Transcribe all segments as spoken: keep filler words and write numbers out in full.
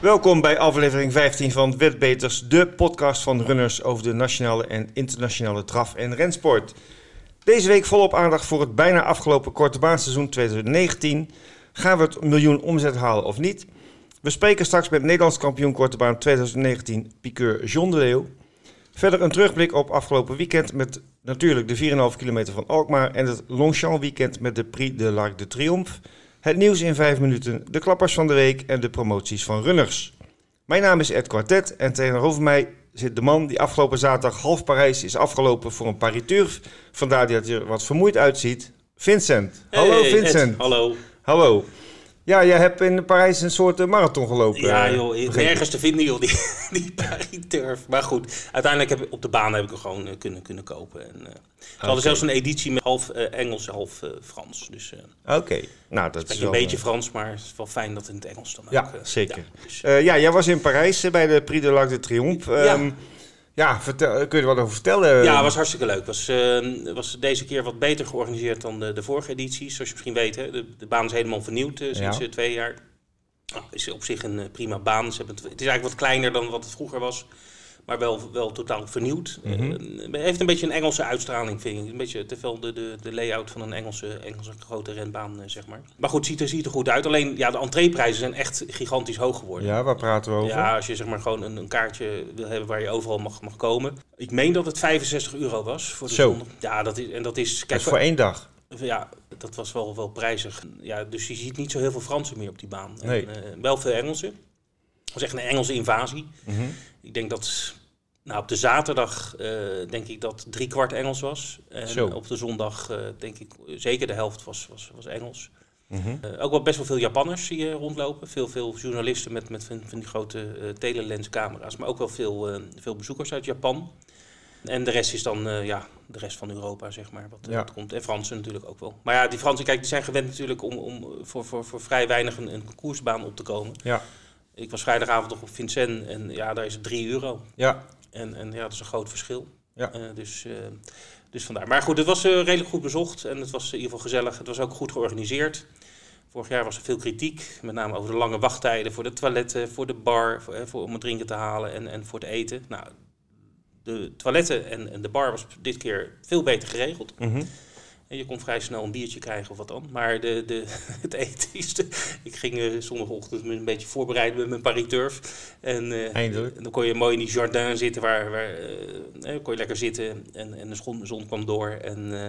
Welkom bij aflevering vijftien van Wetbeters, de podcast van runners over de nationale en internationale draf- en rensport. Deze week volop aandacht voor het bijna afgelopen korte baanseizoen twintig negentien. Gaan we het miljoen omzet halen of niet? We spreken straks met Nederlands kampioen korte baan twintig negentien piqueur John de Leeuw. Verder een terugblik op afgelopen weekend met natuurlijk de vier komma vijf kilometer van Alkmaar en het Longchamp weekend met de Prix de l'Arc de Triomphe. Het nieuws in vijf minuten, de klappers van de week en de promoties van runners. Mijn naam is Ed Quartet en tegenover mij zit de man die afgelopen zaterdag half Parijs is afgelopen voor een Paris-Turf. Vandaar dat hij er wat vermoeid uitziet. Vincent. Hey, hallo Vincent. Ed, hallo. Hallo. Ja, jij hebt in Parijs een soort marathon gelopen. Ja joh, nergens te vinden joh, die, die Paris-Turf. Maar goed, uiteindelijk heb ik op de baan heb ik hem gewoon uh, kunnen, kunnen kopen. En, uh, ze okay. hadden zelfs een editie met half uh, Engels, half uh, Frans. Dus, uh, Oké. Okay. Nou, dat is wel, een beetje uh, Frans, maar het is wel fijn dat het in het Engels dan ja, ook... Uh, zeker. Ja, dus, uh, ja, jij was in Parijs uh, bij de Prix de l'Arc de Triomphe. Um, ja. Ja, vertel, kun je er wat over vertellen? Ja, het was hartstikke leuk. Het was, uh, was deze keer wat beter georganiseerd dan de, de vorige edities. Zoals je misschien weet, hè. De, de baan is helemaal vernieuwd uh, sinds ja. uh, twee jaar. Het oh, is op zich een uh, prima baan. Ze hebben het, het is eigenlijk wat kleiner dan wat het vroeger was. Maar wel, wel totaal vernieuwd. Mm-hmm. Het uh, heeft een beetje een Engelse uitstraling, vind ik. Een beetje te veel de, de, de layout van een Engelse, Engelse grote renbaan, uh, zeg maar. Maar goed, ziet er, ziet er goed uit. Alleen, ja, de entreeprijzen zijn echt gigantisch hoog geworden. Ja, waar praten we over? Ja, als je zeg maar gewoon een, een kaartje wil hebben waar je overal mag, mag komen. Ik meen dat het vijfenzestig euro was voor de Zo. zondag. Ja, dat is, en dat is... Kijk, dat is voor één dag? Ja, dat was wel, wel prijzig. Ja, dus je ziet niet zo heel veel Fransen meer op die baan. Nee. En, uh, wel veel Engelsen. Dat was echt een Engelse invasie. Mm-hmm. Ik denk dat... Nou, op de zaterdag uh, denk ik dat drie kwart Engels was. En Zo. op de zondag uh, denk ik zeker de helft was, was, was Engels. Mm-hmm. Uh, ook wel best wel veel Japanners zie je rondlopen. Veel, veel journalisten met, met van, van die grote uh, telelenscamera's. Maar ook wel veel, uh, veel bezoekers uit Japan. En de rest is dan uh, ja, de rest van Europa, zeg maar, wat, ja. wat komt. En Fransen natuurlijk ook wel. Maar ja, die Fransen, kijk, die zijn gewend natuurlijk om, om voor, voor, voor vrij weinig een, een koersbaan op te komen. Ja. Ik was vrijdagavond nog op Vincennes en ja, daar is het drie euro. Ja. En, en ja, dat is een groot verschil. Ja. Uh, dus, uh, dus vandaar. Maar goed, het was uh, redelijk goed bezocht en het was in ieder geval gezellig. Het was ook goed georganiseerd. Vorig jaar was er veel kritiek, met name over de lange wachttijden voor de toiletten, voor de bar, voor, voor, om het drinken te halen en, en voor het eten. Nou, de toiletten en, en de bar was dit keer veel beter geregeld. Mm-hmm. En je kon vrij snel een biertje krijgen of wat dan. Maar de, de, het eten is... De, ik ging uh, zondagochtend me een beetje voorbereiden met mijn Paris-Turf. En, uh, Eindelijk. En dan kon je mooi in die jardin zitten. Waar, waar uh, kon je lekker zitten. En, en de zon, zon kwam door. En, uh,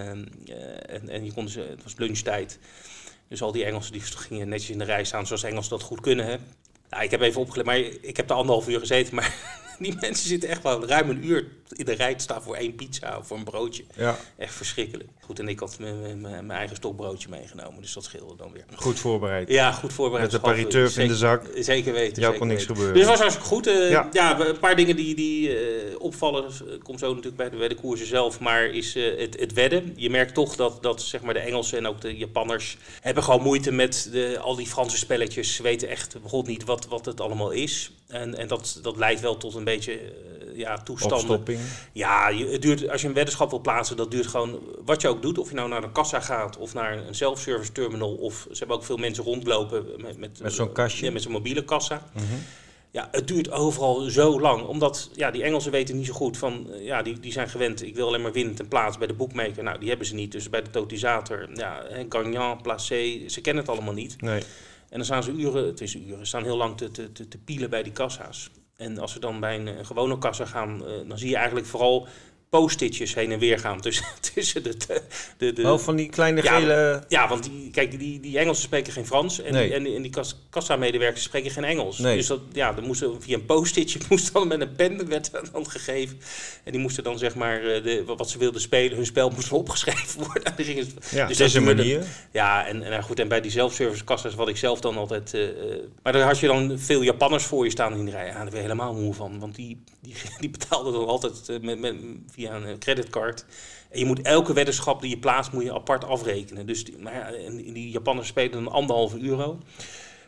en, en je kon dus, uh, het was lunchtijd. Dus al die Engelsen die gingen netjes in de rij staan. Zoals Engelsen dat goed kunnen. Hè. Nou, ik heb even opgelet. Maar ik heb er anderhalf uur gezeten. Maar... Die mensen zitten echt wel ruim een uur in de rij te staan voor één pizza of voor een broodje. Ja. Echt verschrikkelijk. Goed, en ik had mijn eigen stokbroodje meegenomen, dus dat scheelde dan weer. Goed voorbereid. Ja, goed voorbereid. Met de Paris-Turf in de zak. Zeker weten. Jou kon niks gebeuren. Dus het was hartstikke goed. Uh, ja. ja, een paar dingen die, die uh, opvallen. Komt zo natuurlijk bij de, bij de koersen zelf. Maar is uh, het, het wedden. Je merkt toch dat, dat zeg maar, de Engelsen en ook de Japanners hebben gewoon moeite met de, al die Franse spelletjes. Ze weten echt god niet wat, wat het allemaal is. En, en dat, dat leidt wel tot een beetje uh, ja, toestanden. Opstopping. Ja, je, het duurt, als je een weddenschap wil plaatsen, dat duurt gewoon wat je ook doet. Of je nou naar een kassa gaat of naar een self-service terminal. Of ze hebben ook veel mensen rondlopen met, met, met zo'n kastje. Ja, met zo'n mobiele kassa. Mm-hmm. Ja, het duurt overal zo lang. Omdat ja, die Engelsen weten niet zo goed van... Ja, die, die zijn gewend, ik wil alleen maar winnen ten plaats bij de boekmaker. Nou, die hebben ze niet. Dus bij de totisator, ja, gagnant, placé, ze kennen het allemaal niet. Nee. En dan staan ze uren, het is uren, staan heel lang te, te, te, te pielen bij die kassa's. En als ze dan bij een, een gewone kassa gaan, uh, dan zie je eigenlijk vooral post-itjes heen en weer gaan tussen, tussen de, de, de... Oh, van die kleine ja, gele... Ja, want die, kijk, die, die Engelsen spreken geen Frans en, nee. die, en die, en die kas, kassa-medewerkers spreken geen Engels. Nee. Dus dat, ja, dan moesten via een post-itje moest dan met een pen werd dan gegeven. En die moesten dan zeg maar, de, wat ze wilden spelen, hun spel moest opgeschreven worden. Dan gingen ze, ja, dus dat is een manier. Ja, en, en goed, en bij die self-service kassa's wat ik zelf dan altijd... Uh, maar daar had je dan veel Japanners voor je staan in de rij. Ja, daar ben je helemaal moe van, want die, die, die betaalden dan altijd uh, met, met, via een creditcard. En je moet elke weddenschap die je plaatst, moet je apart afrekenen. Dus die, maar ja, en die Japanners spelen dan anderhalve euro.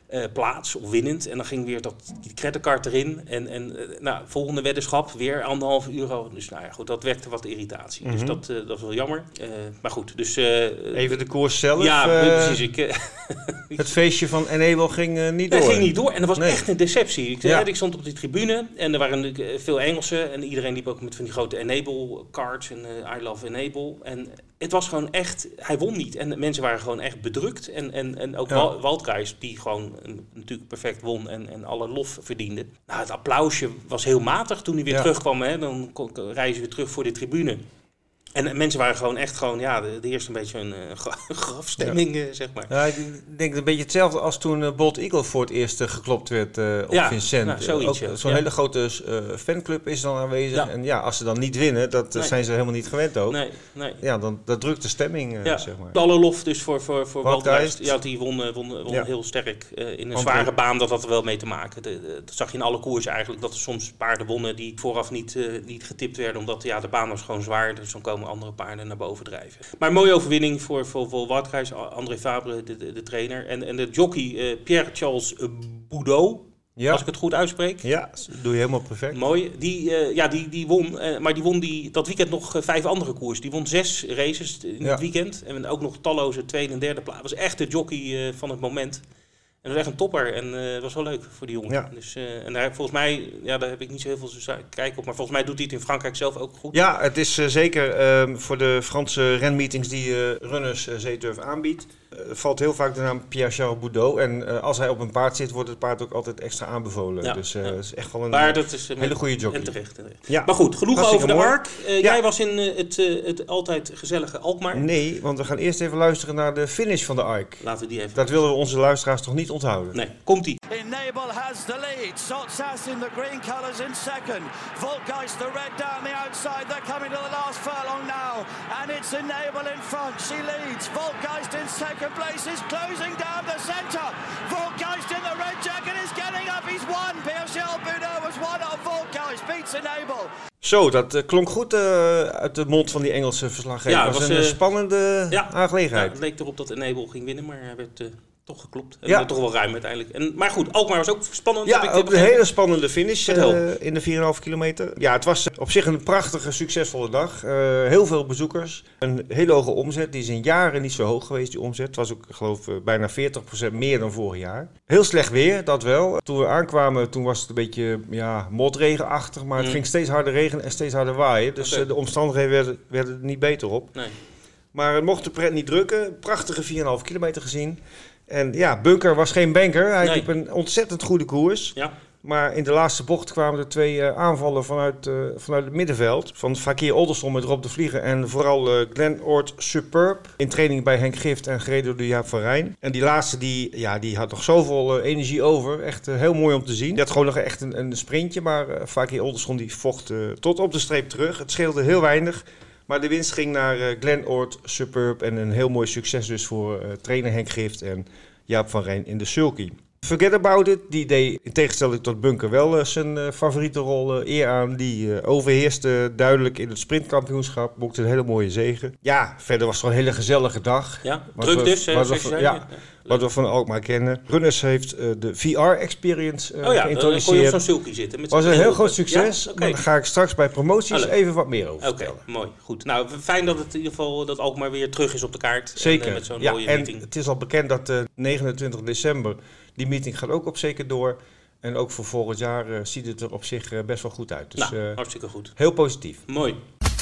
uh, plaats of winnend. En dan ging weer dat, die creditcard erin. En, en uh, nou, volgende weddenschap weer anderhalf euro. Dus nou ja, goed, dat wekte wat irritatie. Mm-hmm. Dus dat, uh, dat was wel jammer. Uh, maar goed, dus... Uh, Even de koers zelf. Ja, uh, precies. Ik, uh, het feestje van Enable ging uh, niet door. Het ging niet door. En dat was nee. echt een deceptie. Ik, ja. ik stond op die tribune en er waren uh, veel Engelsen. En iedereen liep ook met van die grote Enable cards. En uh, I love Enable. En het was gewoon echt... Hij won niet. En mensen waren gewoon echt bedrukt. En, en, en ook ja. Waldkruis, die gewoon een, natuurlijk perfect won en, en alle lof verdiende. Nou, het applausje was heel matig toen hij weer ja. terugkwam. Hè. Dan rijden ze weer terug voor de tribune. En, en mensen waren gewoon echt gewoon, ja, de, de eerste een beetje een uh, grafstemming, ja. uh, zeg maar. Ja, ik denk een beetje hetzelfde als toen uh, Bold Eagle voor het eerst uh, geklopt werd uh, op ja, Vincent. Nou, zoiets, uh, ook ja. zo'n ja. hele grote uh, fanclub is dan aanwezig. Ja. En ja, als ze dan niet winnen, dat uh, nee. zijn ze helemaal niet gewend ook. Nee, nee. Ja, dan dat drukt de stemming, uh, ja. zeg maar. Alle lof dus voor, voor, voor Waldkruis. Ja, die won, won, won ja. heel sterk uh, in een André. zware baan, dat had er wel mee te maken. De, de, dat zag je in alle koersen eigenlijk, dat er soms paarden wonnen die vooraf niet, uh, niet getipt werden, omdat ja, de baan was gewoon zwaar. Dus dan komen andere paarden naar boven drijven. Maar een mooie overwinning voor, voor, voor Waldkruis, André Fabre, de, de, de trainer. En, en de jockey uh, Pierre-Charles Boudot, ja. als ik het goed uitspreek. Ja, dat doe je helemaal perfect. Mooi. Die, uh, ja, die, die won, uh, maar die won die, dat weekend nog uh, vijf andere koers. Die won zes races in ja. het weekend. En ook nog talloze tweede en derde plaats. Was echt de jockey uh, van het moment. En dat was echt een topper en het uh, was wel leuk voor die jongen. Ja. Dus, uh, en daar volgens mij, ja, daar heb ik niet zo heel veel te kijken op, maar volgens mij doet hij het in Frankrijk zelf ook goed. Ja, het is uh, zeker uh, voor de Franse renmeetings die uh, Runners uh, Zeeturf aanbiedt. Uh, valt heel vaak de naam Pierre-Charles Boudot. En uh, als hij op een paard zit, wordt het paard ook altijd extra aanbevolen. Ja, dus uh, ja. het is echt wel een maar dat is, uh, hele goede jockey. En terecht. En terecht. Ja. Maar goed, genoeg Hartstikke over de mooi. Ark. Uh, ja. Jij was in uh, het, uh, het altijd gezellige Alkmaar. Nee, want we gaan eerst even luisteren naar de finish van de Ark. Laten we die even... Dat willen we onze luisteraars toch niet onthouden? Nee, komt-ie. Enable has the lead. Sotsas in the green colours in second. Volkgeist the red down the outside. They're coming to the last furlong now. And it's Enable in front. She leads. Volkgeist in second place is closing down the centre. Volkgeist in the red jacket is getting up. He's won. Pierre-Charles Boudot was one of Volkgeist. Beats Enable. Zo, dat uh, klonk goed uh, uit de mond van die Engelse verslaggever. Ja, het was, was een uh, spannende ja, aangelegenheid. Ja, het leek erop dat Enable ging winnen, maar hij werd... Uh, toch geklopt. En ja. toch wel ruim uiteindelijk. En, maar goed, Alkmaar was ook spannend. Ja, ik ook een hele spannende finish uh, in de vier komma vijf kilometer. Ja, het was op zich een prachtige, succesvolle dag. Uh, heel veel bezoekers. Een hele hoge omzet. Die is in jaren niet zo hoog geweest, die omzet. Het was ook, geloof ik, bijna veertig procent meer dan vorig jaar. Heel slecht weer, dat wel. Toen we aankwamen, toen was het een beetje ja, motregenachtig. Maar het mm. ging steeds harder regenen en steeds harder waaien. Dus okay. uh, de omstandigheden werden, werden er niet beter op. Nee. Maar het mocht de pret niet drukken. Prachtige vier komma vijf kilometer gezien. En ja, Bunker was geen banker. Hij nee. liep een ontzettend goede koers. Ja. Maar in de laatste bocht kwamen er twee uh, aanvallen vanuit, uh, vanuit het middenveld. Van Fakir Olderson met Rob de Vlieger en vooral uh, Glen Ord Superb. In training bij Henk Gift en gereden door Jaap van Rijn. En die laatste die, ja, die had nog zoveel uh, energie over. Echt uh, heel mooi om te zien. Die had gewoon nog echt een, een sprintje. Maar uh, Fakir Olderson die vocht uh, tot op de streep terug. Het scheelde heel weinig. Maar de winst ging naar uh, Glen Ord Superb. En een heel mooi succes dus voor uh, trainer Henk Gift en Jaap van Rijn in de sulky. Forget About It, die deed in tegenstelling tot Bunker wel uh, zijn uh, favoriete rol uh, eer aan. Die uh, overheerste duidelijk in het sprintkampioenschap, boekte een hele mooie zege. Ja, verder was het gewoon een hele gezellige dag. Ja, druk we, dus. Wat, we, we, ja, ja, wat we van Alkmaar kennen. Runners heeft uh, de V R-experience uh, oh ja, geïntroduceerd. Dan kon je op zo'n sulky zitten. Het was een heel groot succes, ja? Okay. Maar daar ga ik straks bij promoties Hallo. even wat meer over Oké, okay, mooi. Goed. Nou, fijn dat het in ieder geval dat Alkmaar weer terug is op de kaart. Zeker. En, uh, met zo'n ja, mooie en meeting. Het is al bekend dat uh, negenentwintig december... Die meeting gaat ook op zeker door. En ook voor volgend jaar uh, ziet het er op zich uh, best wel goed uit. Dus, nou, uh, hartstikke goed. Heel positief. Mooi.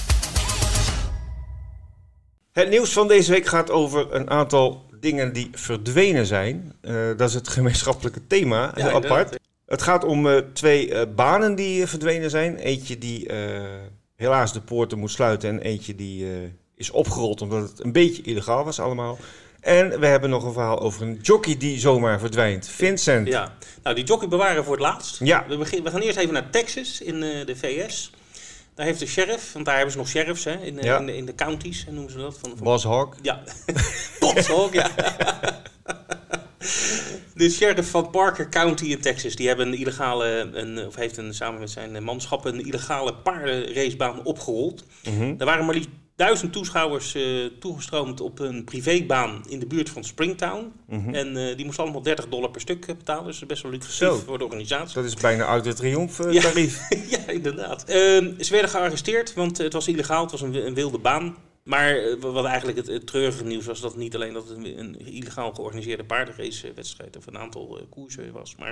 Het nieuws van deze week gaat over een aantal dingen die verdwenen zijn. Uh, dat is het gemeenschappelijke thema, heel ja, apart. Het gaat om uh, twee uh, banen die uh, verdwenen zijn. Eentje die uh, helaas de poorten moet sluiten en eentje die uh, is opgerold omdat het een beetje illegaal was allemaal. En we hebben nog een verhaal over een jockey die zomaar verdwijnt. Vincent. Ja, nou die jockey bewaren we voor het laatst. Ja. We, begin, we gaan eerst even naar Texas in uh, de V S. Daar heeft de sheriff, want daar hebben ze nog sheriffs hè, in, ja. in, de, in de counties, noemen ze dat. Van, van... Boss Hawk. Ja, Boss Hawk, ja. De sheriff van Parker County in Texas, die hebben een illegale, een, of heeft een, samen met zijn manschappen een illegale paardenracebaan opgerold. Mm-hmm. Er waren maar liefst Duizend toeschouwers uh, toegestroomd op een privébaan in de buurt van Springtown. Mm-hmm. En uh, die moesten allemaal dertig dollar per stuk betalen. Dus dat is best wel lucratief Zo, voor de organisatie. Dat is bijna Arc de Triomphe uh, tarief. Ja, ja, inderdaad. Uh, ze werden gearresteerd, want het was illegaal. Het was een, een wilde baan. Maar uh, wat eigenlijk het, het treurige nieuws was, dat niet alleen dat het een, een illegaal georganiseerde paardenracewedstrijd of een aantal uh, koersen was, maar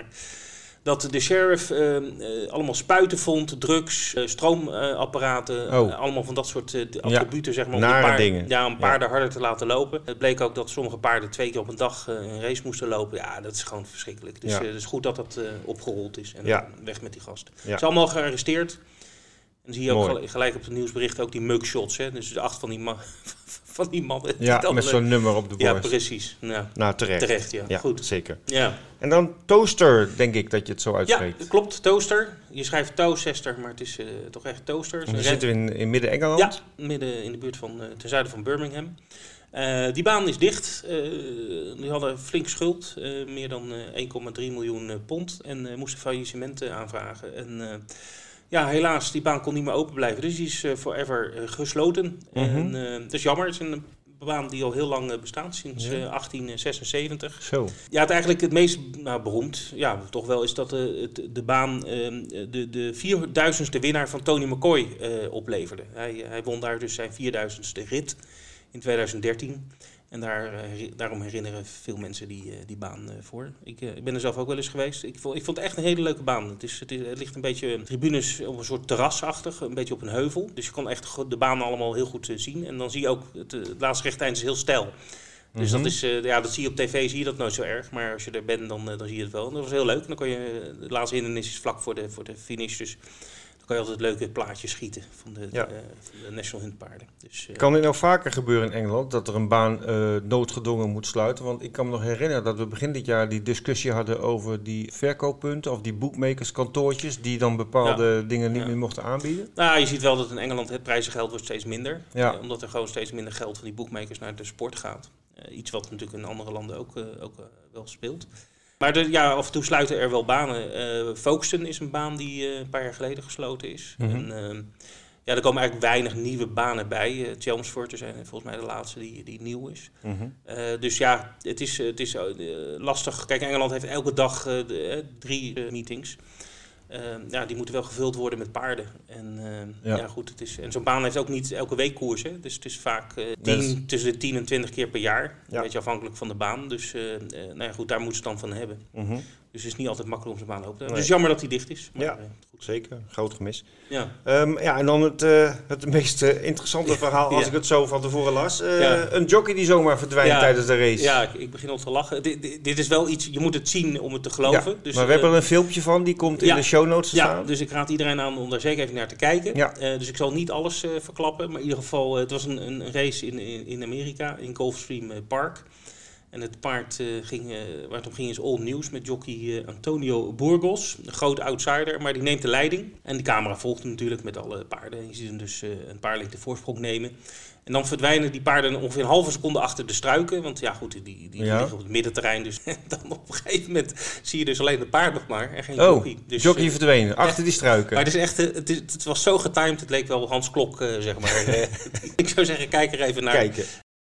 dat de sheriff uh, uh, allemaal spuiten vond, drugs, uh, stroomapparaten, uh, oh. uh, allemaal van dat soort uh, attributen, ja, zeg maar, om nare paard, dingen. Ja, om paarden ja. harder te laten lopen. Het bleek ook dat sommige paarden twee keer op een dag uh, een race moesten lopen. Ja, dat is gewoon verschrikkelijk. Dus ja. uh, het is goed dat dat uh, opgerold is en ja. weg met die gasten. Ja. Ze zijn allemaal gearresteerd. En dan zie je ook Mooi. gelijk op de nieuwsberichten ook die mugshots, hè? Dus de acht van die man. Van die mannen. Ja, met alle... zo'n nummer op de borst. Ja, precies. Nou, nou terecht. Terecht, ja. ja. Goed. Zeker. Ja. En dan Toaster, denk ik dat je het zo uitspreekt. Ja, klopt. Toaster. Je schrijft Towcester, maar het is uh, toch echt Toaster. Dan zitten we in, in Midden-Engeland? Ja, midden in de buurt van, uh, ten zuiden van Birmingham. Uh, die baan is dicht. Uh, die hadden flink schuld. Uh, meer dan uh, één komma drie miljoen uh, pond. En uh, moesten faillissement uh, aanvragen. En... Uh, Ja, helaas, die baan kon niet meer open blijven. Dus die is uh, forever uh, gesloten. Mm-hmm. En, uh, dat is jammer. Het is een baan die al heel lang uh, bestaat, sinds ja. uh, achttien zesenzeventig. Zo. Ja, het eigenlijk het meest nou, beroemd, ja, toch wel, is dat uh, het, de baan uh, de, de vierduizendste winnaar van Tony McCoy uh, opleverde. Hij, hij won daar dus zijn vierduizendste rit in tweeduizend dertien. En daar, uh, daarom herinneren veel mensen die, uh, die baan uh, voor. Ik, uh, ik ben er zelf ook wel eens geweest. Ik vond, ik vond het echt een hele leuke baan. Het, is, het, is, het ligt een beetje tribunes op een soort terrasachtig, een beetje op een heuvel. Dus je kon echt de baan allemaal heel goed uh, zien. En dan zie je ook, het, het laatste rechteind is heel steil. Dus mm-hmm. dat, is, uh, ja, dat zie je op tv, zie je dat nooit zo erg. Maar als je er bent, dan, uh, dan zie je het wel. En dat was heel leuk. En dan kon je, de laatste hindernis is vlak voor de, voor de finish. Dus kan je altijd leuke plaatjes schieten van de, ja. de, uh, van de National Hunt paarden. Dus, uh, kan dit nou vaker gebeuren in Engeland, dat er een baan uh, noodgedwongen moet sluiten? Want ik kan me nog herinneren dat we begin dit jaar die discussie hadden over die verkooppunten of die boekmakerskantoortjes die dan bepaalde ja. dingen niet ja. meer mochten aanbieden. Nou, je ziet wel dat in Engeland het prijzengeld wordt steeds minder. Ja. Uh, omdat er gewoon steeds minder geld van die boekmakers naar de sport gaat. Uh, iets wat natuurlijk in andere landen ook, uh, ook uh, wel speelt. Maar de, ja, af en toe sluiten er wel banen. Uh, Folkestone is een baan die uh, een paar jaar geleden gesloten is. Mm-hmm. En, uh, ja, er komen eigenlijk weinig nieuwe banen bij. Uh, Chelmsford is volgens mij de laatste die, die nieuw is. Mm-hmm. Uh, dus ja, het is, het is uh, lastig. Kijk, Engeland heeft elke dag uh, de, uh, drie uh, meetings. Uh, ja, die moeten wel gevuld worden met paarden. En, uh, ja. Ja, goed, het is, en zo'n baan heeft ook niet elke week koers. Hè? Dus het is vaak uh, tien, yes. tussen de tien en twintig keer per jaar. Ja. Een beetje afhankelijk van de baan. Dus uh, uh, nou ja, goed, daar moeten ze het dan van hebben. Mm-hmm. Dus het is niet altijd makkelijk om zijn baan open te houden. Nee. Dus jammer dat die dicht is. Maar, ja, uh, goed. Zeker. Groot gemis. Ja, um, ja en dan het, uh, het meest uh, interessante verhaal, als ja. ik het zo van tevoren las. Uh, ja. Een jockey die zomaar verdwijnt ja. tijdens de race. Ja, ik, ik begin al te lachen. D- d- dit is wel iets, je moet het zien om het te geloven. Ja, dus, maar we uh, hebben er een filmpje van, die komt in ja. de show notes te ja, staan. Dus ik raad iedereen aan om daar zeker even naar te kijken. Ja. Uh, dus ik zal niet alles uh, verklappen. Maar in ieder geval, uh, het was een, een race in, in, in Amerika, in Gulfstream uh, Park. En het paard uh, ging, uh, waar het om ging is All News met jockey uh, Antonio Burgos. Een groot outsider, maar die neemt de leiding. En de camera volgt hem natuurlijk met alle paarden. Je ziet hem dus uh, een paar lengte voorsprong nemen. En dan verdwijnen die paarden ongeveer een halve seconde achter de struiken. Want ja goed, die, die, die ja. liggen op het middenterrein. Dus dan op een gegeven moment zie je dus alleen de paard nog maar. En geen oh, jockey. Dus, jockey uh, verdwenen, achter ja, die struiken. Maar het, is echt, het, is, het was zo getimed, het leek wel Hans Klok, uh, zeg maar. Ik zou zeggen, kijk er even naar. Kijken.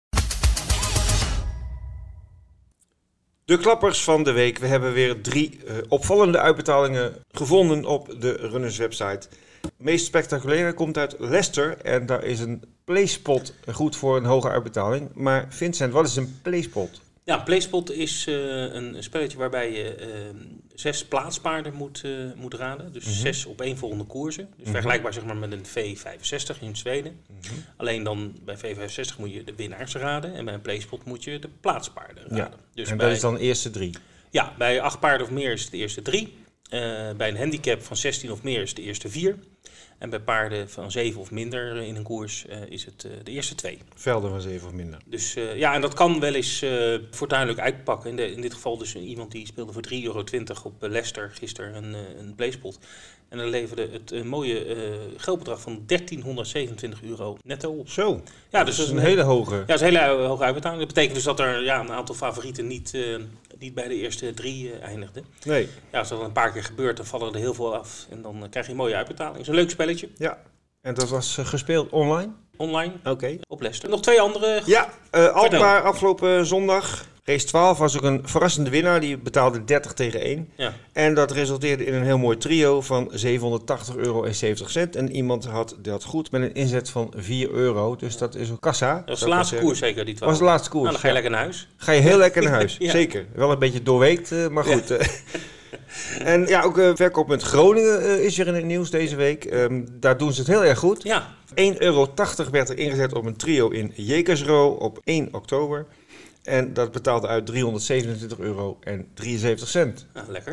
De klappers van de week. We hebben weer drie uh, opvallende uitbetalingen gevonden op de Runners website. Het meest spectaculaire komt uit Leicester en daar is een playspot goed voor een hoge uitbetaling. Maar Vincent, wat is een playspot? Ja, een playspot is uh, een spelletje waarbij je uh, zes plaatspaarden moet, uh, moet raden. Dus mm-hmm. zes opeenvolgende koersen. Dus mm-hmm. vergelijkbaar zeg maar met een V vijfenzestig in Zweden. Mm-hmm. Alleen dan bij V vijfenzestig moet je de winnaars raden. En bij een playspot moet je de plaatspaarden raden. Ja. Dus en bij, dat is dan de eerste drie? Ja, bij acht paarden of meer is het de eerste drie. Uh, bij een handicap van zestien of meer is het de eerste vier. En bij paarden van zeven of minder in een koers uh, is het uh, de eerste twee. Velden van zeven of minder. Dus uh, ja, en dat kan wel eens uh, fortuinlijk uitpakken. In, de, in dit geval dus iemand die speelde voor drie euro twintig op uh, Leicester gisteren een, uh, een playspot. En dan leverde het een mooie uh, geldbedrag van dertienhonderdzevenentwintig euro netto op. Zo, ja, dat dus is dat een is een hele hoge. Ja, dat is een hele hoge uitbetaling. Dat betekent dus dat er ja, een aantal favorieten niet, uh, niet bij de eerste drie uh, eindigden. Nee. Ja, als dat een paar keer gebeurt, dan vallen er heel veel af. En dan uh, krijg je een mooie uitbetaling. Het is een leuk spelletje. Ja, en dat was uh, gespeeld online? online. Oké. Okay. Op Leicester. Nog twee andere. Ja, uh, Alkmaar afgelopen zondag. Race twaalf was ook een verrassende winnaar. Die betaalde dertig tegen één. Ja. En dat resulteerde in een heel mooi trio van zevenhonderdtachtig euro en zeventig cent. En iemand had dat goed met een inzet van vier euro. Dus dat is een kassa. Dat was de laatste koers zeker, die twaalf. was de laatste koers. Nou, dan ga je lekker naar huis. Ga je heel lekker naar huis, ja. Zeker. Wel een beetje doorweekt, uh, maar goed. Ja. En ja, ook uh, verkooppunt Groningen uh, is weer in het nieuws deze week. Um, daar doen ze het heel erg goed. Ja. één euro tachtig werd er ingezet op een trio in Jekersro op één oktober. En dat betaalde uit driehonderdzevenentwintig euro en drieënzeventig cent. Ah, lekker.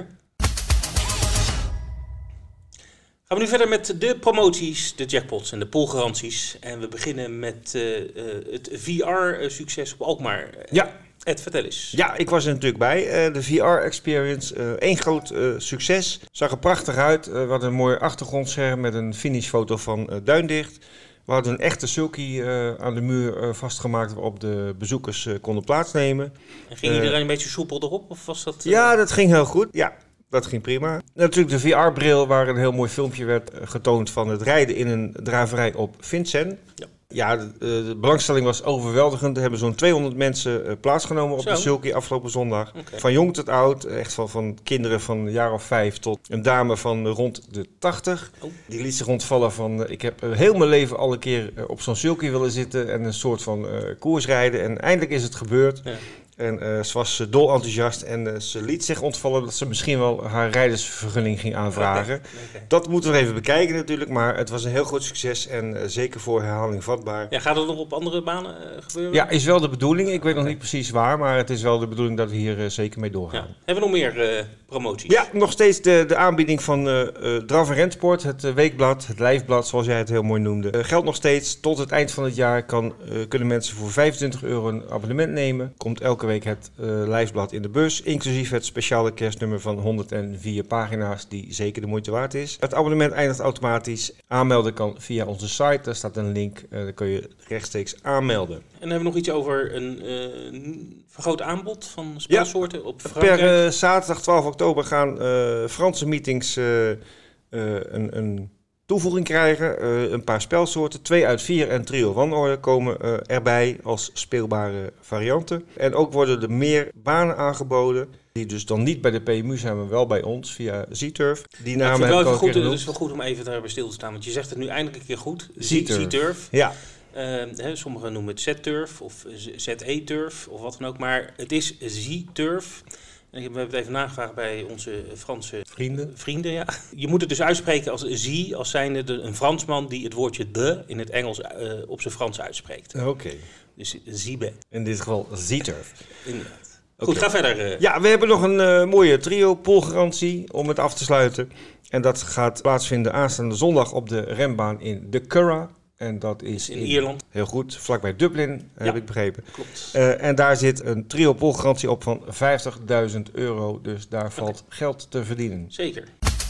Gaan we nu verder met de promoties, de jackpots en de poolgaranties. En we beginnen met uh, uh, het V R-succes op Alkmaar. Ja. Ed, vertel eens. Ja, ik was er natuurlijk bij. Uh, de V R-experience, uh, één groot uh, succes. Zag er prachtig uit. Uh, we hadden een mooi achtergrondscherm met een finishfoto van uh, Duindicht. We hadden een echte sulky uh, aan de muur uh, vastgemaakt waarop de bezoekers uh, konden plaatsnemen. En ging iedereen uh, een beetje soepel erop? Of was dat, uh... Ja, dat ging heel goed. Ja, dat ging prima. Natuurlijk de V R-bril waar een heel mooi filmpje werd uh, getoond van het rijden in een draverij op Vincennes. Ja. Ja, de, de belangstelling was overweldigend. Er hebben zo'n tweehonderd mensen uh, plaatsgenomen op Zo. de sulky afgelopen zondag. Okay. Van jong tot oud, echt van, van kinderen van een jaar of vijf tot een dame van uh, rond de tachtig. Oh. Die liet zich ontvallen van, uh, ik heb uh, heel mijn leven al een keer uh, op zo'n sulky willen zitten en een soort van uh, koers rijden. En eindelijk is het gebeurd. Ja. En uh, ze was uh, dol enthousiast en uh, ze liet zich ontvallen dat ze misschien wel haar rijdersvergunning ging aanvragen. Okay. Okay. Dat moeten we even bekijken natuurlijk, maar het was een heel groot succes en uh, zeker voor herhaling vatbaar. Ja, gaat het nog op andere banen uh, gebeuren? Ja, is wel de bedoeling. Ik weet nog niet precies waar, maar het is wel de bedoeling dat we hier uh, zeker mee doorgaan. Ja. Hebben we nog meer uh, promoties? Ja, nog steeds de, de aanbieding van uh, uh, Draf en Rensport, het uh, weekblad, het lijfblad zoals jij het heel mooi noemde. Uh, geldt nog steeds. Tot het eind van het jaar kan, uh, kunnen mensen voor vijfentwintig euro een abonnement nemen. Komt elke week het uh, lijfblad in de bus, inclusief het speciale kerstnummer van honderdvier pagina's, die zeker de moeite waard is. Het abonnement eindigt automatisch. Aanmelden kan via onze site, daar staat een link, uh, daar kun je rechtstreeks aanmelden. En dan hebben we nog iets over een, uh, een vergroot aanbod van spelsoorten ja, op Frankrijk. Per uh, zaterdag twaalf oktober gaan uh, Franse meetings uh, uh, een... een toevoeging krijgen. Uh, een paar spelsoorten, twee uit vier en trio wanorde komen uh, erbij als speelbare varianten. En ook worden er meer banen aangeboden, die dus dan niet bij de P M U zijn, maar wel bij ons via Z-Turf. Die namen ja, heb ik al goed, Het is wel goed om even daarbij stil te staan, want je zegt het nu eindelijk een keer goed. Z-Turf. Ja. Uh, hè, sommigen noemen het Z-Turf of Z E-Turf of wat dan ook, maar het is Z-Turf. En we hebben het even nagevraagd bij onze Franse vrienden. vrienden ja. Je moet het dus uitspreken als zie, als zijnde de, een Fransman die het woordje de in het Engels uh, op zijn Frans uitspreekt. Oké. Okay. Dus ziebe. In dit geval Z-Turf. Inderdaad. Goed, okay. Ga verder. Uh. Ja, we hebben nog een uh, mooie trio-poolgarantie om het af te sluiten. En dat gaat plaatsvinden aanstaande zondag op de renbaan in de Curragh. En dat is in, in Ierland. Heel goed, vlakbij Dublin, ja, heb ik begrepen. Klopt. Uh, en daar zit een trio-poolgarantie op van vijftigduizend euro. Dus daar valt okay. geld te verdienen. Zeker.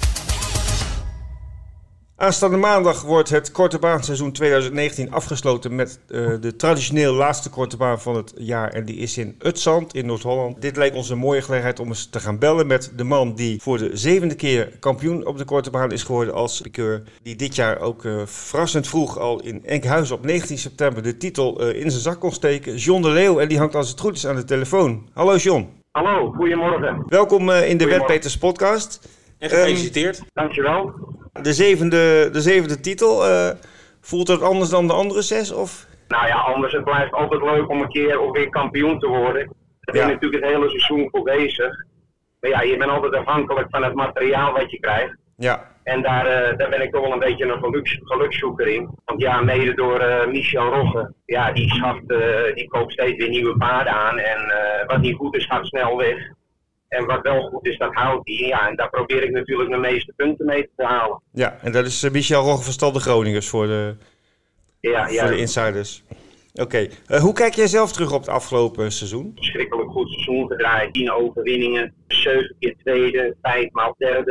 Aanstaande maandag wordt het korte baanseizoen twintig negentien afgesloten met uh, de traditioneel laatste korte baan van het jaar. En die is in Utzand in Noord-Holland. Dit lijkt ons een mooie gelegenheid om eens te gaan bellen met de man die voor de zevende keer kampioen op de korte baan is geworden als piqueur. Die dit jaar ook uh, verrassend vroeg al in Enkhuizen op negentien september de titel uh, in zijn zak kon steken. John de Leeuw, en die hangt als het goed is aan de telefoon. Hallo John. Hallo, goedemorgen. Welkom uh, in de Wetpeters podcast. En gefeliciteerd. Um, Dankjewel. De zevende, de zevende titel, uh, voelt het anders dan de andere zes? Of? Nou ja, anders. Het blijft altijd leuk om een keer of weer kampioen te worden. Daar ben je natuurlijk het hele seizoen voor bezig. Maar ja, je bent altijd afhankelijk van het materiaal wat je krijgt. Ja. En daar, uh, daar ben ik toch wel een beetje een geluks, gelukszoeker in. Want ja, mede door uh, Michel Rogge, ja, die, schaft, uh, die koopt steeds weer nieuwe paarden aan. En uh, wat niet goed is, gaat snel weg. En wat wel goed is, dat houdt hij. Ja, en daar probeer ik natuurlijk de meeste punten mee te halen. Ja, en dat is uh, Michel Rogge van Stal de Groningers voor de, ja, ja. voor de insiders. Oké, okay. uh, hoe kijk jij zelf terug op het afgelopen seizoen? Verschrikkelijk goed seizoen gedraaid. tien overwinningen, zeven keer tweede, vijf maal derde.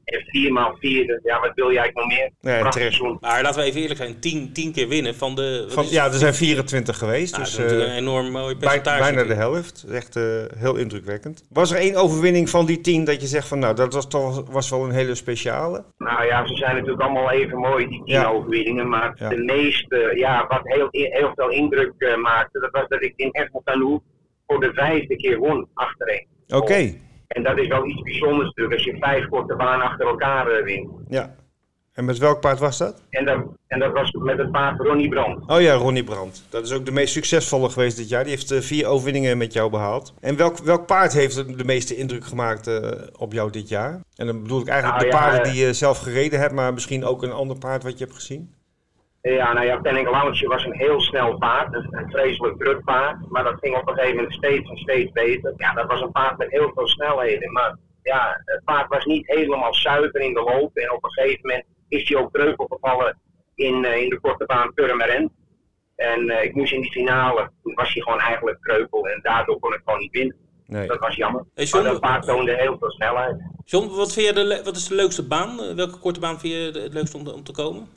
En viermaal vierde, ja, wat wil jij eigenlijk nog meer? Nee, terecht. Maar laten we even eerlijk zijn, tien, tien keer winnen van de... Van, ja, er zijn vierentwintig geweest. Nou, dus, dat is natuurlijk uh, een enorm mooi percentage. Bijna de helft. Dat is echt uh, heel indrukwekkend. Was er één overwinning van die tien dat je zegt van, nou, dat was toch was wel een hele speciale? Nou ja, ze zijn natuurlijk allemaal even mooi, die tien Ja. overwinningen. Maar Ja. de meeste, ja, wat heel, heel veel indruk uh, maakte, dat was dat ik in Edmonton voor de vijfde keer won achtereen. Oké. Okay. En dat is wel iets bijzonders natuurlijk, als je vijf korte banen achter elkaar uh, wint. Ja. En met welk paard was dat? En dat, en dat was met het paard Ronnie Brandt. Oh ja, Ronnie Brandt. Dat is ook de meest succesvolle geweest dit jaar. Die heeft uh, vier overwinningen met jou behaald. En welk, welk paard heeft de meeste indruk gemaakt uh, op jou dit jaar? En dan bedoel ik eigenlijk nou, de ja, paarden uh, die je zelf gereden hebt, maar misschien ook een ander paard wat je hebt gezien? Ja, nou ja, Penning Launcher was een heel snel paard, een, een vreselijk druk paard, maar dat ging op een gegeven moment steeds en steeds beter. Ja, dat was een paard met heel veel snelheden, maar ja, het paard was niet helemaal zuiver in de loop en op een gegeven moment is hij ook kreupel gevallen in, uh, in de korte baan Purmerend. En uh, ik moest in die finale, toen was hij gewoon eigenlijk kreupel en daardoor kon ik gewoon niet winnen. Nee. Dat was jammer. Hey, John, maar dat paard toonde heel veel snelheid. John, wat, vind je de, wat is de leukste baan? Welke korte baan vind je het leukste om, om te komen?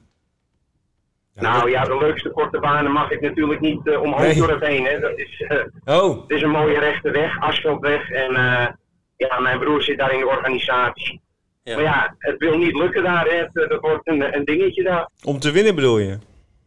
Nou ja, de leukste korte banen mag ik natuurlijk niet uh, omhoog nee. door het heen. Hè. Dat is, uh, oh. Het is een mooie rechte weg, asfaltweg. En uh, ja, mijn broer zit daar in de organisatie. Ja. Maar ja, het wil niet lukken daar. Hè. Dat wordt een, een dingetje daar. Om te winnen bedoel je?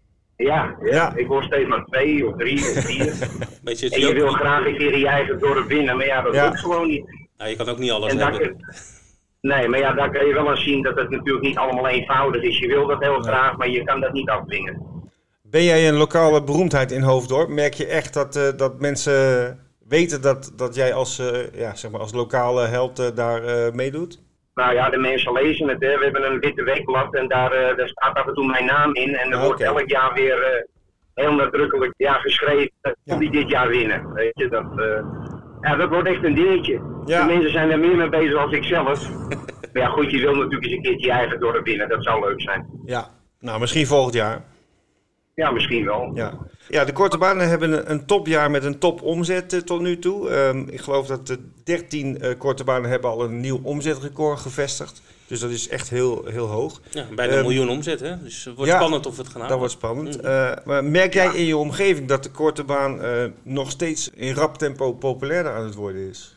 Ja, ja. ja. Ik word steeds maar twee of drie of vier. Beetje en je wil graag een keer in je eigen dorp winnen. Maar ja, dat ja. lukt gewoon niet. Nou, je kan ook niet alles en hebben. Nee, maar ja, daar kan je wel eens zien dat het natuurlijk niet allemaal eenvoudig is. Je wil dat heel graag, maar je kan dat niet afdwingen. Ben jij een lokale beroemdheid in Hoofddorp? Merk je echt dat, uh, dat mensen weten dat, dat jij als, uh, ja, zeg maar als lokale held uh, daar uh, meedoet? Nou ja, de mensen lezen het. Hè. We hebben een witte weekblad en daar, uh, daar staat af en toe mijn naam in. En er ah, wordt okay. elk jaar weer uh, heel nadrukkelijk ja, geschreven dat ja. die dit jaar winnen. Weet je, dat... Uh, Ja, dat wordt echt een dingetje. Ja. De mensen zijn er meer mee bezig dan ik zelf. Maar ja, goed, je wil natuurlijk eens een keertje je eigen dorp winnen. Dat zou leuk zijn. Ja, nou misschien volgend jaar. Ja, misschien wel. Ja, ja de korte banen hebben een, een topjaar met een topomzet uh, tot nu toe. Um, ik geloof dat de dertien uh, korte banen hebben al een nieuw omzetrecord gevestigd. Dus dat is echt heel, heel hoog. Ja, bijna een um, miljoen omzet, hè? Dus het wordt ja, spannend of het gaan halen. Dat wordt spannend. Mm. Uh, maar merk jij ja. in je omgeving dat de korte baan uh, nog steeds in rap tempo populairder aan het worden is?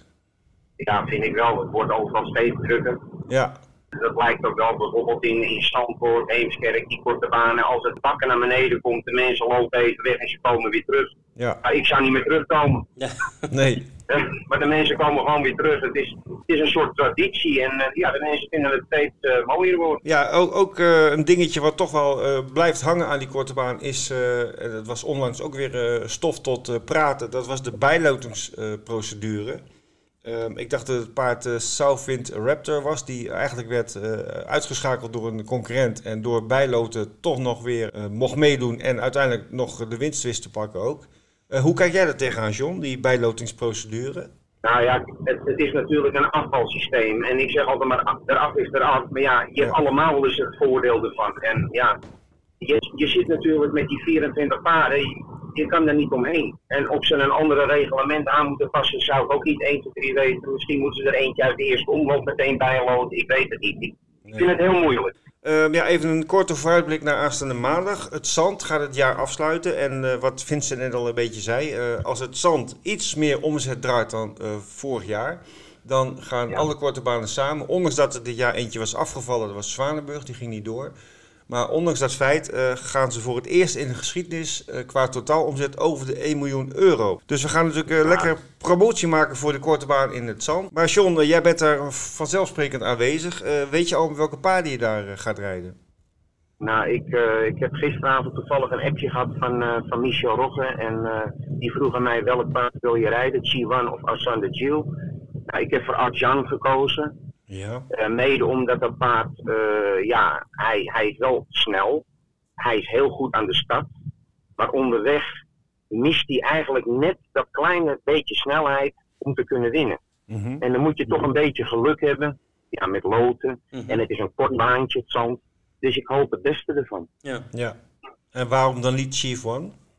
Ja, vind ik wel. Het wordt overal steeds drukker. Ja. Dat lijkt ook wel bijvoorbeeld in, in Zandvoort, Heemskerk, die korte banen. Als het bakken naar beneden komt, de mensen lopen even weg en ze komen weer terug. Ja. Maar ik zou niet meer terugkomen. Ja. Nee. Maar de mensen komen gewoon weer terug. Het is, het is een soort traditie en uh, ja, de mensen vinden het steeds uh, mooier worden. Ja, ook, ook uh, een dingetje wat toch wel uh, blijft hangen aan die korte baan is, uh, en dat was onlangs ook weer uh, stof tot uh, praten, dat was de bijlotingsprocedure. Uh, Um, ik dacht dat het paard uh, Southwind Raptor was, die eigenlijk werd uh, uitgeschakeld door een concurrent en door bijloten toch nog weer uh, mocht meedoen en uiteindelijk nog de winst wist te pakken ook. Uh, hoe kijk jij er tegenaan, John, die bijlotingsprocedure? Nou ja, het, het is natuurlijk een afvalsysteem en ik zeg altijd maar eraf is eraf, maar ja, je hebt ja. allemaal dus het voordeel ervan. En ja, je, je zit natuurlijk met die vierentwintig paarden. Je, Je kan er niet omheen. En of ze een andere reglement aan moeten passen, zou ik ook niet één, twee, drie weten. Misschien moeten ze er eentje uit de eerste omloop meteen bijloten. Ik weet het niet. Ik nee. vind het heel moeilijk. Uh, ja, even een korte vooruitblik naar aanstaande maandag. Het Zand gaat het jaar afsluiten. En uh, wat Vincent net al een beetje zei. Uh, als het Zand iets meer omzet draait dan uh, vorig jaar, dan gaan ja. alle korte banen samen. Ondanks dat er dit jaar eentje was afgevallen, dat was Zwanenburg, die ging niet door. Maar ondanks dat feit uh, gaan ze voor het eerst in de geschiedenis uh, qua totaalomzet over de één miljoen euro. Dus we gaan natuurlijk uh, ja. lekker promotie maken voor de korte baan in het Zand. Maar John, uh, jij bent daar vanzelfsprekend aanwezig. Uh, weet je al welke paarden je daar uh, gaat rijden? Nou, ik, uh, ik heb gisteravond toevallig een appje gehad van, uh, van Michel Rogge. En uh, die vroeg aan mij welk paard wil je rijden, G één of Arsan de Gilles. Nou, ik heb voor Arjan gekozen. Ja. Uh, mede omdat dat paard, uh, ja, hij, hij is wel snel. Hij is heel goed aan de start. Maar onderweg mist hij eigenlijk net dat kleine beetje snelheid om te kunnen winnen. Mm-hmm. En dan moet je toch een beetje geluk hebben. Ja, met loten. Mm-hmm. En het is een kort baantje, het zand. Dus ik hoop het beste ervan. Ja. Ja. En waarom dan niet Chief One?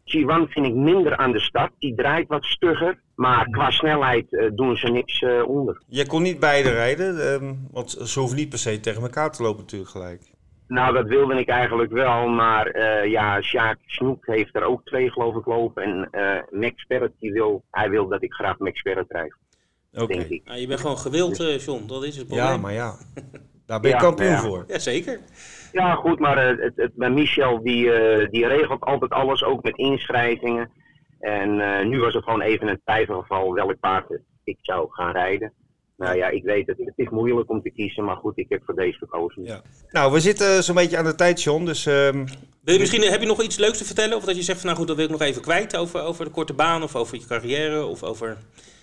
G één vind ik minder aan de start. Die draait wat stugger. Maar qua snelheid uh, doen ze niks uh, onder. Je kon niet beide rijden, um, want ze hoeven niet per se tegen elkaar te lopen natuurlijk gelijk. Nou, dat wilde ik eigenlijk wel, maar uh, ja, Sjaak Snoek heeft er ook twee geloof ik lopen. En uh, Max Perret, die wil, hij wil dat ik graag Max Perret rijd. Oké. Okay. Nou, je bent gewoon gewild, uh, John, dat is het probleem. Ja, maar ja, daar ben je ja, kampioen ja. voor. Ja, zeker. Ja, goed, maar uh, het, het, bij Michel, die, uh, die regelt altijd alles, ook met inschrijvingen. En uh, nu was het gewoon even een twijfelgeval welk paard ik zou gaan rijden. Nou ja, ik weet het, het is moeilijk om te kiezen, maar goed, ik heb voor deze gekozen. Ja. Nou, we zitten zo'n beetje aan de tijd, John, dus... Um... Wil je misschien, heb je nog iets leuks te vertellen? Of dat je zegt van, nou goed, dat wil ik nog even kwijt over, over de korte baan, of over je carrière, of over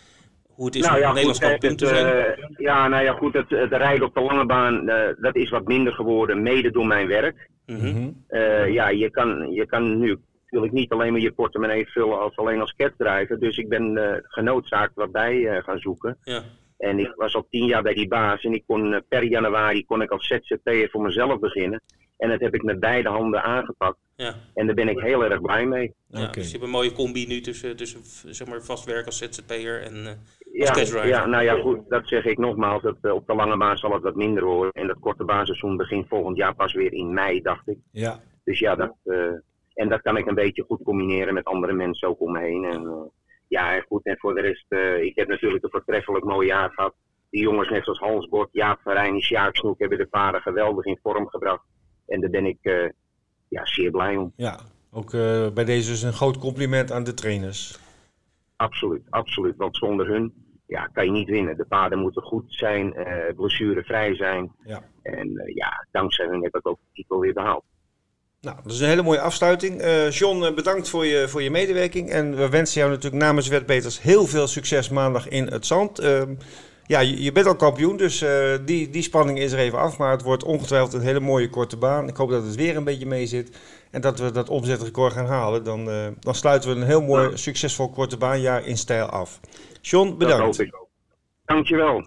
hoe het is nou, om ja, Nederlands kampioen te zijn? Uh, ja, nou ja, goed, het, het rijden op de lange baan, uh, dat is wat minder geworden, mede door mijn werk. Mm-hmm. Uh, ja, je kan, je kan nu natuurlijk niet alleen maar je portemonnee vullen als alleen als catdriver, dus ik ben uh, genoodzaakt wat bij uh, gaan zoeken. Ja. En ik was al tien jaar bij die baas en ik kon, uh, per januari kon ik als Z Z P'er voor mezelf beginnen. En dat heb ik met beide handen aangepakt. Ja. En daar ben ik heel erg blij mee. Ja, Okay. Dus je hebt een mooie combi nu tussen, tussen zeg maar, vast werk als Z Z P'er en uh, als Ja, catdriver. ja, nou ja, goed, dat zeg ik nogmaals. Dat, uh, op de lange baan zal het wat minder worden. En dat korte baanseizoen begint volgend jaar pas weer in mei, dacht ik. Ja. Dus ja, dat, uh, en dat kan ik een beetje goed combineren met andere mensen ook om me heen. En, uh, ja, en goed, en voor de rest, uh, ik heb natuurlijk een voortreffelijk mooi jaar gehad. Die jongens net zoals Hans Bort, Jaap van Rijn en Sjaak Snoek hebben de paarden geweldig in vorm gebracht. En daar ben ik uh, ja, zeer blij om. Ja, ook uh, bij deze dus een groot compliment aan de trainers. Absoluut, absoluut. Want zonder hun ja, kan je niet winnen. De paarden moeten goed zijn, uh, blessurevrij zijn. Ja. En uh, ja, dankzij hun heb ik ook de titel weer behaald. Nou, dat is een hele mooie afsluiting. Uh, John, bedankt voor je, voor je medewerking. En we wensen jou natuurlijk namens Wetbeters heel veel succes maandag in het zand. Uh, ja, je, je bent al kampioen, dus uh, die, die spanning is er even af. Maar het wordt ongetwijfeld een hele mooie korte baan. Ik hoop dat het weer een beetje mee zit. En dat we dat omzetrecord gaan halen. Dan, uh, dan sluiten we een heel mooi, ja. succesvol korte baanjaar in stijl af. John, bedankt. Dat hoop ik. Dankjewel.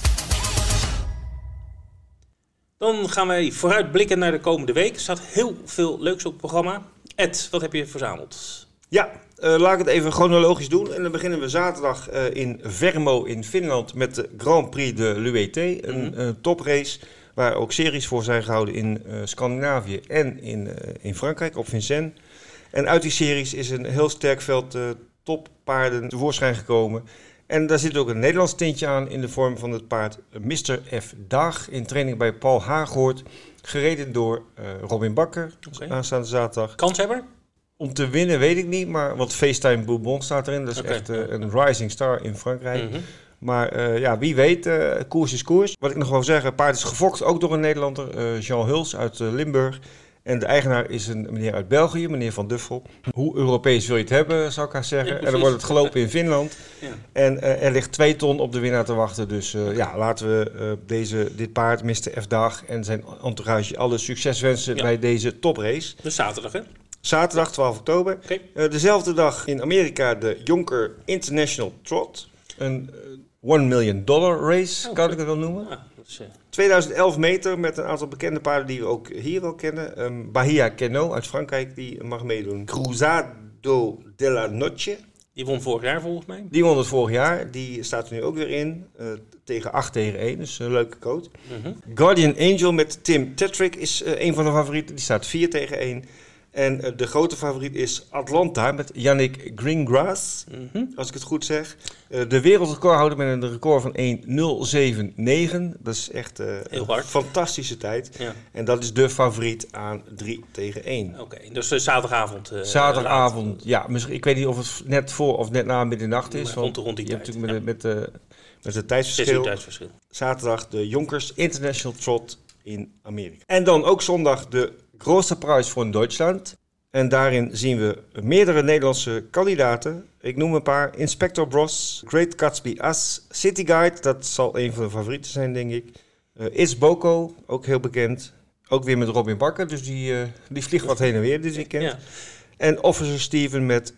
Dan gaan wij vooruitblikken naar de komende week. Er staat heel veel leuks op het programma. Ed, wat heb je verzameld? Ja, uh, laat ik het even chronologisch doen. En dan beginnen we zaterdag uh, in Vermo in Finland met de Grand Prix de l'U E T. Een mm-hmm. uh, toprace waar ook series voor zijn gehouden in uh, Scandinavië en in, uh, in Frankrijk op Vincennes. En uit die series is een heel sterk veld uh, toppaarden tevoorschijn gekomen. En daar zit ook een Nederlands tintje aan in de vorm van het paard mister F. Dag in training bij Paul Haaghoort. Gereden door uh, Robin Bakker, okay. aanstaande zaterdag. Kanshebber? Om te winnen weet ik niet, maar want FaceTime Bourbon staat erin. Dat is okay. echt uh, een rising star in Frankrijk. Mm-hmm. Maar uh, ja, wie weet, uh, koers is koers. Wat ik nog wil zeggen, het paard is gefokt ook door een Nederlander, uh, Jean Huls uit uh, Limburg. En de eigenaar is een meneer uit België, meneer Van Duffel. Hoe Europees wil je het hebben, zou ik haar zeggen. Ja, en dan wordt het gelopen in Finland. Ja. En uh, er ligt twee ton op de winnaar te wachten. Dus uh, ja, laten we uh, deze, dit paard, mister F. Dag en zijn entourage alle succes wensen ja. bij deze toprace. Dus zaterdag, hè? Zaterdag twaalf oktober. Okay. Uh, dezelfde dag in Amerika de Jonker International Trot. Een uh, one million dollar race, oh, kan okay. ik het wel noemen. Ah, dat is, uh... tweeduizend elf meter met een aantal bekende paarden die we ook hier wel kennen. Um, Bahia Keno uit Frankrijk, die mag meedoen. Cruzado de la Noche. Die won vorig jaar volgens mij. Die won het vorig jaar. Die staat er nu ook weer in. Uh, tegen acht tegen één, dus een leuke coat. Mm-hmm. Guardian Angel met Tim Tetrick is uh, een van de favorieten. Die staat vier tegen één. En uh, de grote favoriet is Atlanta met Yannick Greengrass, mm-hmm. als ik het goed zeg. Uh, de wereldrecordhouder met een record van één nul zeven negen. Dat is echt uh, heel hard. Een fantastische tijd. Ja. En dat is de favoriet aan drie tegen één. Oké, okay, dus uh, zaterdagavond. Uh, zaterdagavond, uh, ja. Misschien, ik weet niet of het net voor of net na middernacht is. Rond, rond die je tijd. hebt natuurlijk met, ja. met, uh, met het tijdsverschil. tijdsverschil. Zaterdag de Jonkers International Trot in Amerika. En dan ook zondag de Große Preis van Duitsland. En daarin zien we meerdere Nederlandse kandidaten. Ik noem een paar. Inspector Bros, Great Gatsby As, City Guide, dat zal een van de favorieten zijn, denk ik. Uh, It's Boko, ook heel bekend. Ook weer met Robin Bakker, dus die, uh, die vliegt wat heen en weer dit weekend. Ja. En Officer Steven met The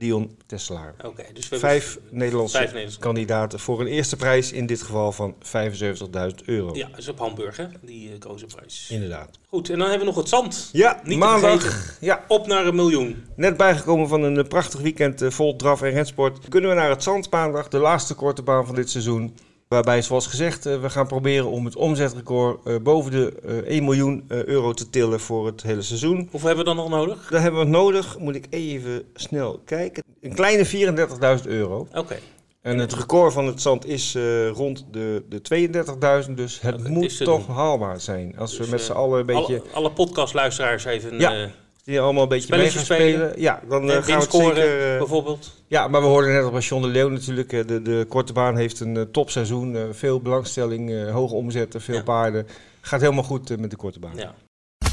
Dion Tesselaar. Oké, okay, dus we vijf hebben Nederlandse vijf Nederlandse kandidaten voor een eerste prijs, in dit geval van vijfenzeventigduizend euro. Ja, dat is op Hamburg, hè? Die uh, kozenprijs. Inderdaad. Goed, en dan hebben we nog het zand. Ja, Niet maandag. Ja. Op naar een miljoen. Net bijgekomen van een prachtig weekend uh, vol draf en rensport. Kunnen we naar het zand maandag, de laatste korte baan van dit seizoen. Waarbij, zoals gezegd, uh, we gaan proberen om het omzetrecord uh, boven de uh, één miljoen uh, euro te tillen voor het hele seizoen. Hoeveel hebben we dan nog nodig? Daar hebben we nodig, moet ik even snel kijken, een kleine vierendertigduizend euro. Oké. Okay. En het record van het zand is uh, rond de, de tweeëndertigduizend, dus het okay, moet het toch doen. haalbaar zijn. Als dus, we met z'n allen een beetje... Alle, alle podcastluisteraars even... Ja. Uh, die allemaal een beetje mee gaan spelen. spelen. Ja, dan uh, gaan we het zeker... Uh, bijvoorbeeld. Ja, maar we hoorden net al bij John de Leeuw natuurlijk. Uh, de, de korte baan heeft een uh, topseizoen. Uh, veel belangstelling, uh, hoge omzetten, veel ja. paarden. Gaat helemaal goed uh, met de korte baan. Ja.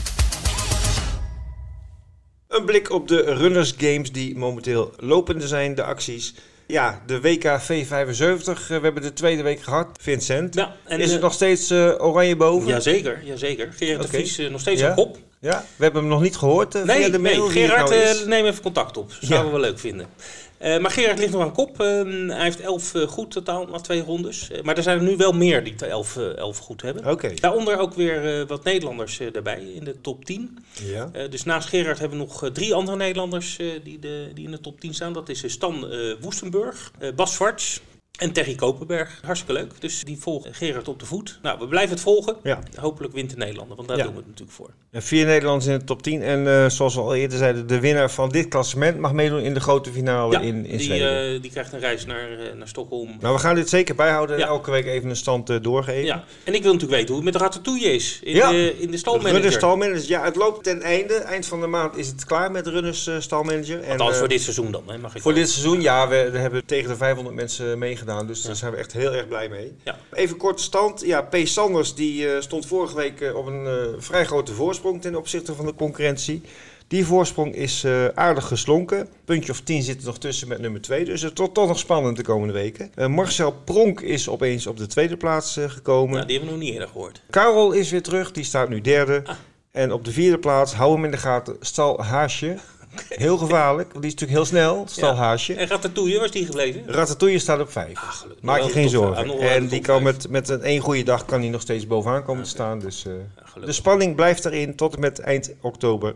Een blik op de Runners Games die momenteel lopende zijn, de acties. Ja, de W K V vijfenzeventig, we hebben de tweede week gehad. Vincent, ja, en is het uh, nog steeds uh, oranje boven? Jazeker, jazeker. Gerard okay. de Vries uh, nog steeds ja? op kop. Ja, we hebben hem nog niet gehoord uh, nee, via de mail. Nee, Gerard, nou uh, neem even contact op. Dat zouden ja. we wel leuk vinden. Uh, maar Gerard ligt nog aan kop. Uh, hij heeft elf uh, goed totaal na twee rondes. Uh, maar er zijn er nu wel meer die elf, uh, elf goed hebben. Okay. Daaronder ook weer uh, wat Nederlanders uh, daarbij in de top tien. Ja. Uh, dus naast Gerard hebben we nog uh, drie andere Nederlanders uh, die, de, die in de top tien staan. Dat is uh, Stan uh, Woestenburg, uh, Bas Zwarts en Terry Kopenberg. Hartstikke leuk. Dus die volgen Gerard op de voet. Nou, we blijven het volgen. Ja. Hopelijk wint de Nederlander, want daar ja. doen we het natuurlijk voor. En vier Nederlanders in de top tien. En uh, zoals we al eerder zeiden, de winnaar van dit klassement mag meedoen in de grote finale ja, in, in die, Zweden. Uh, die krijgt een reis naar, uh, naar Stockholm. Nou, we gaan dit zeker bijhouden en ja. elke week even een stand uh, doorgeven. Ja. En ik wil natuurlijk weten hoe het met Ratatouille is in, ja. de, in de stalmanager. Runners stalmanager. Ja, het loopt ten einde. Eind van de maand is het klaar met de Runners uh, stalmanager. Althans uh, voor dit seizoen dan, hè, mag ik Voor wel. dit seizoen, ja. We, we hebben tegen de vijfhonderd mensen meegedaan. Dus ja. daar zijn we echt heel erg blij mee. Ja. Even korte stand. Ja, P. Sanders die uh, stond vorige week uh, op een uh, vrij grote voorsprong ten opzichte van de concurrentie. Die voorsprong is uh, aardig geslonken. Puntje of tien zit er nog tussen met nummer twee. Dus het wordt toch nog spannend de komende weken. Uh, Marcel Pronk is opeens op de tweede plaats uh, gekomen. Ja, die hebben we nog niet eerder gehoord. Karel is weer terug. Die staat nu derde. Ah. En op de vierde plaats, hou hem in de gaten, Stal Haasje. Heel gevaarlijk, want die is natuurlijk heel snel, Stal Haasje. Ja. En Ratatouille, waar is die gebleven? Ratatouille staat op vijf. Ah, Maak je geen zorgen. Aan, en die kan met, met een één goede dag kan hij nog steeds bovenaan komen okay. te staan. Dus uh, ja, de spanning blijft erin tot en met eind oktober.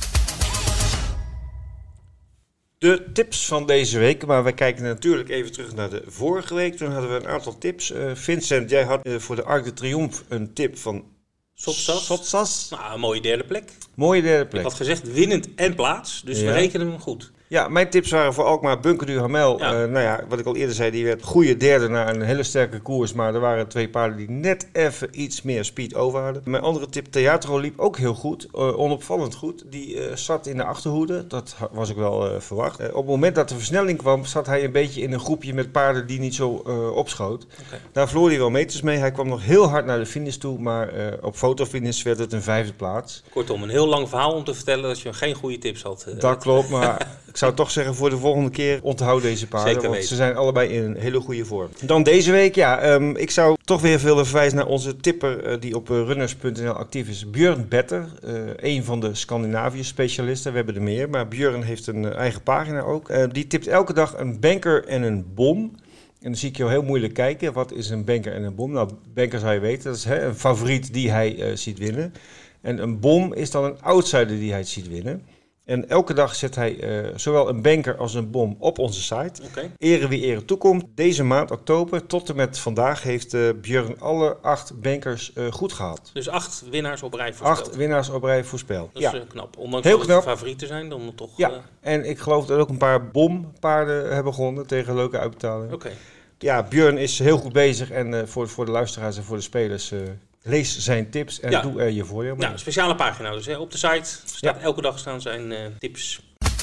De tips van deze week, maar wij kijken natuurlijk even terug naar de vorige week. Toen hadden we een aantal tips. Uh, Vincent, jij had uh, voor de Arc de Triomphe een tip van... Sotsas. Sotsas. Nou, een mooie derde plek. Mooie derde plek. Ik had gezegd winnend en plaats, dus ja. we rekenen hem goed. Ja, mijn tips waren voor Alkmaar Bunker du Hamel. Ja. Uh, nou ja, wat ik al eerder zei, die werd goede derde na een hele sterke koers. Maar er waren twee paarden die net even iets meer speed over hadden. Mijn andere tip, Theatro, liep ook heel goed. Uh, onopvallend goed. Die uh, zat in de achterhoede. Dat was ik wel uh, verwacht. Uh, op het moment dat de versnelling kwam, zat hij een beetje in een groepje met paarden die niet zo uh, opschoot. Okay. Daar verloor hij wel meters mee. Hij kwam nog heel hard naar de finish toe. Maar uh, op fotofinish werd het een vijfde plaats. Kortom, een heel lang verhaal om te vertellen dat je geen goede tips had. Uh, dat klopt, maar... Ik zou toch zeggen, voor de volgende keer onthoud deze paarden. Zeker want weten. Ze zijn allebei in een hele goede vorm. Dan deze week, ja, um, ik zou toch weer willen verwijzen naar onze tipper uh, die op uh, runners punt n l actief is. Björn Better, uh, een van de Scandinavië specialisten. We hebben er meer, maar Björn heeft een uh, eigen pagina ook. Uh, die tipt elke dag een banker en een bom. En dan zie ik jou heel moeilijk kijken. Wat is een banker en een bom? Nou, banker zou je weten. Dat is hè, een favoriet die hij uh, ziet winnen. En een bom is dan een outsider die hij ziet winnen. En elke dag zet hij uh, zowel een banker als een bom op onze site. Okay. Ere wie ere toekomt. Deze maand, oktober, tot en met vandaag heeft uh, Björn alle acht bankers uh, goed gehad. Dus acht winnaars op rij voorspeld. Acht winnaars op rij voorspeld. Dat is ja. uh, knap. Ondanks dat het favorieten zijn, dan toch... Ja, uh... en ik geloof dat ook een paar bompaarden hebben gewonnen tegen leuke uitbetalingen. Oké. Okay. Ja, Björn is heel goed bezig en uh, voor, voor de luisteraars en voor de spelers... Uh, lees zijn tips en ja. doe er je voordeel mee. Ja, een speciale pagina dus. Hè. Op de site staat ja. elke dag staan zijn uh, tips.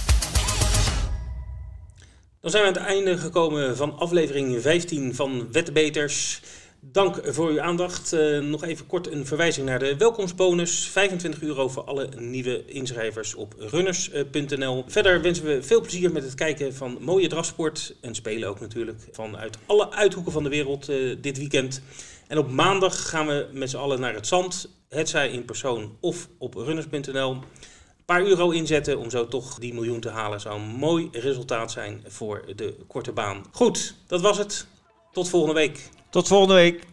Dan zijn we aan het einde gekomen van aflevering vijftien van Weddebeters. Dank voor uw aandacht. Uh, nog even kort een verwijzing naar de welkomstbonus. vijfentwintig euro voor alle nieuwe inschrijvers op runners punt n l. Verder wensen we veel plezier met het kijken van mooie drafsport. En spelen ook natuurlijk vanuit alle uithoeken van de wereld uh, dit weekend. En op maandag gaan we met z'n allen naar het zand. Hetzij in persoon of op runners punt n l. paar euro inzetten om zo toch die miljoen te halen. Zou een mooi resultaat zijn voor de korte baan. Goed, dat was het. Tot volgende week. Tot volgende week.